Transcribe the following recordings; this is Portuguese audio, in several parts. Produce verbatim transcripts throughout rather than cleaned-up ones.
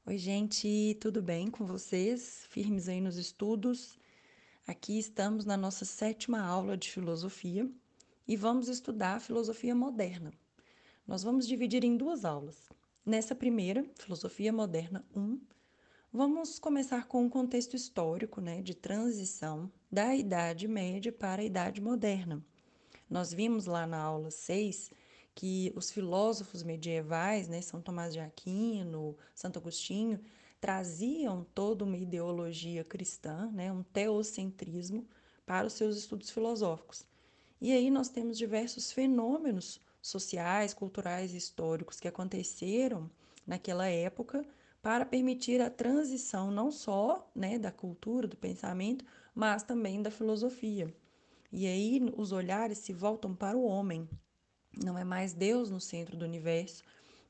Oi, gente, tudo bem com vocês? Firmes aí nos estudos? Aqui estamos na nossa sétima aula de filosofia e vamos estudar a filosofia moderna. Nós vamos dividir em duas aulas. Nessa primeira, Filosofia Moderna um, vamos começar com um contexto histórico, né, de transição da Idade Média para a Idade Moderna. Nós vimos lá na aula seis que os filósofos medievais, né, São Tomás de Aquino, Santo Agostinho, traziam toda uma ideologia cristã, né, um teocentrismo para os seus estudos filosóficos. E aí nós temos diversos fenômenos sociais, culturais e históricos que aconteceram naquela época para permitir a transição não só, né, da cultura, do pensamento, mas também da filosofia. E aí os olhares se voltam para o homem, não é mais Deus no centro do universo,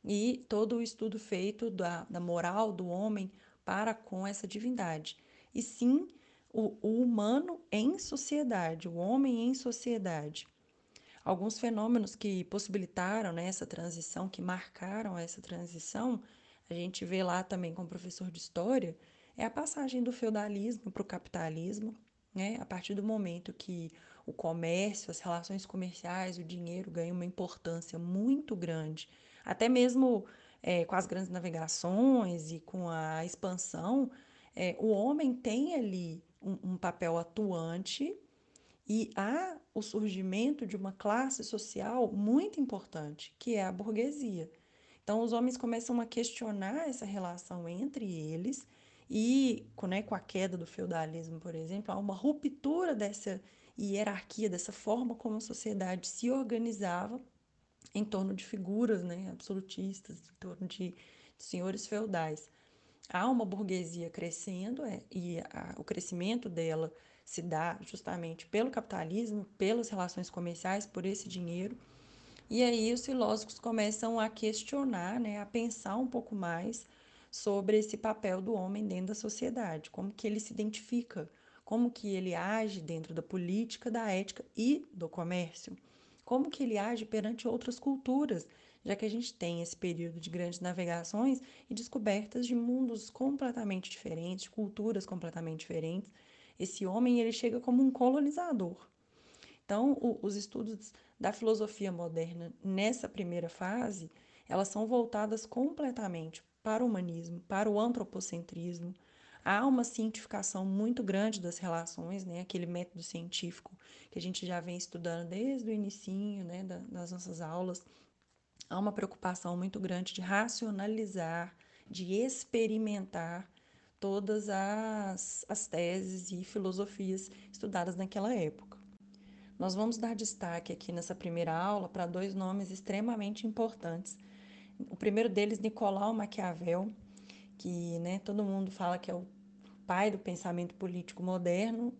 e todo o estudo feito da, da moral do homem para com essa divindade, e sim o, o humano em sociedade, o homem em sociedade. Alguns fenômenos que possibilitaram, né, essa transição, que marcaram essa transição, a gente vê lá também com o professor de história, é a passagem do feudalismo para o capitalismo, né? A partir do momento que o comércio, as relações comerciais, o dinheiro ganham uma importância muito grande, até mesmo é, com as grandes navegações e com a expansão, é, o homem tem ali um, um papel atuante e há o surgimento de uma classe social muito importante, que é a burguesia. Então, os homens começam a questionar essa relação entre eles, e né, com a queda do feudalismo, por exemplo, há uma ruptura dessa hierarquia, dessa forma como a sociedade se organizava em torno de figuras, né, absolutistas, em torno de, de senhores feudais. Há uma burguesia crescendo, é, e a, o crescimento dela se dá justamente pelo capitalismo, pelas relações comerciais, por esse dinheiro. E aí os filósofos começam a questionar, né, a pensar um pouco mais sobre esse papel do homem dentro da sociedade, como que ele se identifica, como que ele age dentro da política, da ética e do comércio, como que ele age perante outras culturas, já que a gente tem esse período de grandes navegações e descobertas de mundos completamente diferentes, de culturas completamente diferentes. Esse homem, ele chega como um colonizador. Então, o, os estudos da filosofia moderna nessa primeira fase, elas são voltadas completamente para o humanismo, para o antropocentrismo. Há uma cientificação muito grande das relações, né? Aquele método científico que a gente já vem estudando desde o inicinho, né, das nossas aulas. Há uma preocupação muito grande de racionalizar, de experimentar todas as, as teses e filosofias estudadas naquela época. Nós vamos dar destaque aqui nessa primeira aula para dois nomes extremamente importantes. O primeiro deles, Nicolau Maquiavel, que né, todo mundo fala que é o pai do pensamento político moderno,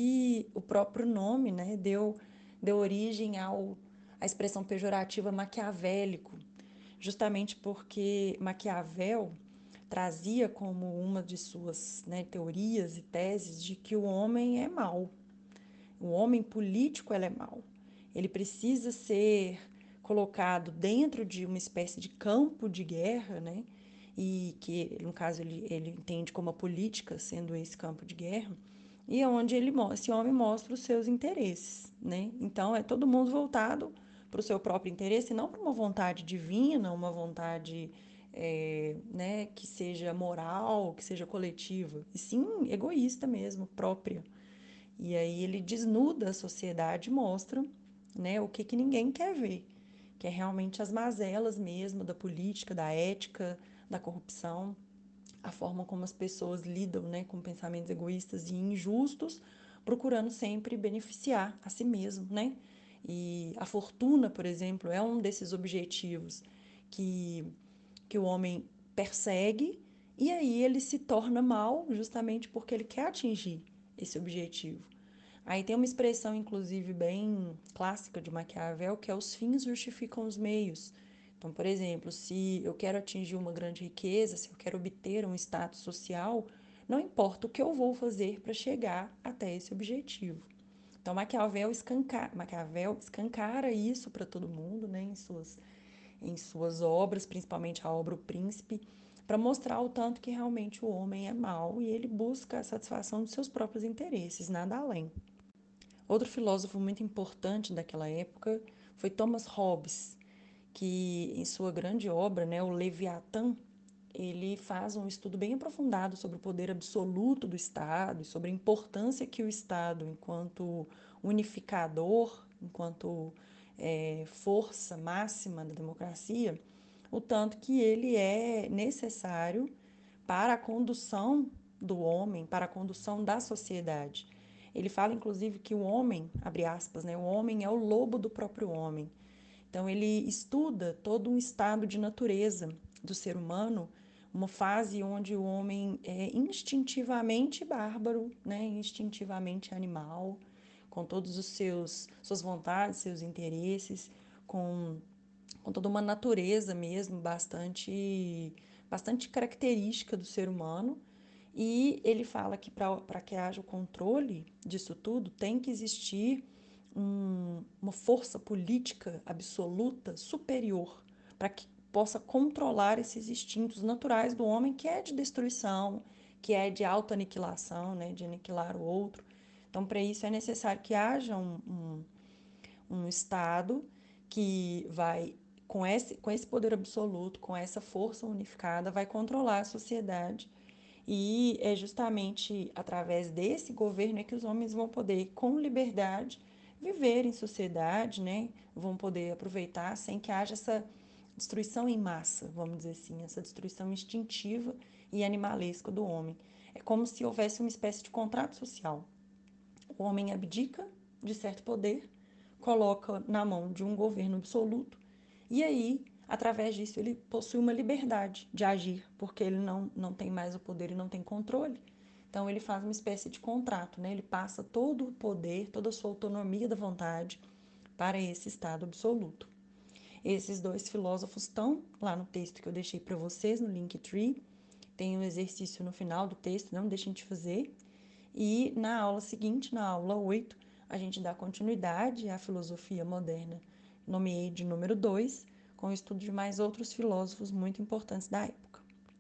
e o próprio nome né, deu, deu origem ao, à expressão pejorativa maquiavélico, justamente porque Maquiavel trazia como uma de suas né, teorias e teses de que o homem é mau, o homem político ele é mau. Ele precisa ser colocado dentro de uma espécie de campo de guerra, né? E que, no caso, ele, ele entende como a política sendo esse campo de guerra, e é onde ele, esse homem mostra os seus interesses, né? Então, é todo mundo voltado para o seu próprio interesse, e não para uma vontade divina, uma vontade é, né, que seja moral, que seja coletiva, e sim egoísta mesmo, própria. E aí ele desnuda a sociedade e mostra né, o que, que ninguém quer ver, que é realmente as mazelas mesmo da política, da ética, da corrupção, a forma como as pessoas lidam né, com pensamentos egoístas e injustos, procurando sempre beneficiar a si mesmo, né? E a fortuna, por exemplo, é um desses objetivos que, que o homem persegue, e aí ele se torna mal justamente porque ele quer atingir esse objetivo. Aí tem uma expressão, inclusive, bem clássica de Maquiavel, que é os fins justificam os meios. Então, por exemplo, se eu quero atingir uma grande riqueza, se eu quero obter um status social, não importa o que eu vou fazer para chegar até esse objetivo. Então, Maquiavel, escanca... Maquiavel escancara isso para todo mundo, né, em suas, em suas obras, principalmente a obra O Príncipe, para mostrar o tanto que realmente o homem é mau e ele busca a satisfação dos seus próprios interesses, nada além. Outro filósofo muito importante daquela época foi Thomas Hobbes, que em sua grande obra, né, o Leviatã, ele faz um estudo bem aprofundado sobre o poder absoluto do Estado e sobre a importância que o Estado, enquanto unificador, enquanto é, força máxima da democracia, o tanto que ele é necessário para a condução do homem, para a condução da sociedade. Ele fala, inclusive, que o homem, abre aspas, né, o homem é o lobo do próprio homem. Então, ele estuda todo um estado de natureza do ser humano, uma fase onde o homem é instintivamente bárbaro, né, instintivamente animal, com todos os seus suas vontades, seus interesses, com, com toda uma natureza mesmo bastante bastante característica do ser humano. E ele fala que para que haja o controle disso tudo, tem que existir um, uma força política absoluta superior para que possa controlar esses instintos naturais do homem, que é de destruição, que é de autoaniquilação, né, de aniquilar o outro. Então, para isso é necessário que haja um, um, um Estado que vai, com esse, com esse poder absoluto, com essa força unificada, vai controlar a sociedade. E é justamente através desse governo é que os homens vão poder, com liberdade, viver em sociedade, né? Vão poder aproveitar sem que haja essa destruição em massa, vamos dizer assim, essa destruição instintiva e animalesca do homem. É como se houvesse uma espécie de contrato social. O homem abdica de certo poder, coloca na mão de um governo absoluto, e aí, através disso, ele possui uma liberdade de agir, porque ele não, não tem mais o poder e não tem controle. Então, ele faz uma espécie de contrato, né? Ele passa todo o poder, toda a sua autonomia da vontade para esse estado absoluto. Esses dois filósofos estão lá no texto que eu deixei para vocês, no Linktree. Tem um exercício no final do texto, não deixem de fazer. E na aula seguinte, na aula oito, a gente dá continuidade à filosofia moderna. Nomeei de número dois, com o estudo de mais outros filósofos muito importantes da época.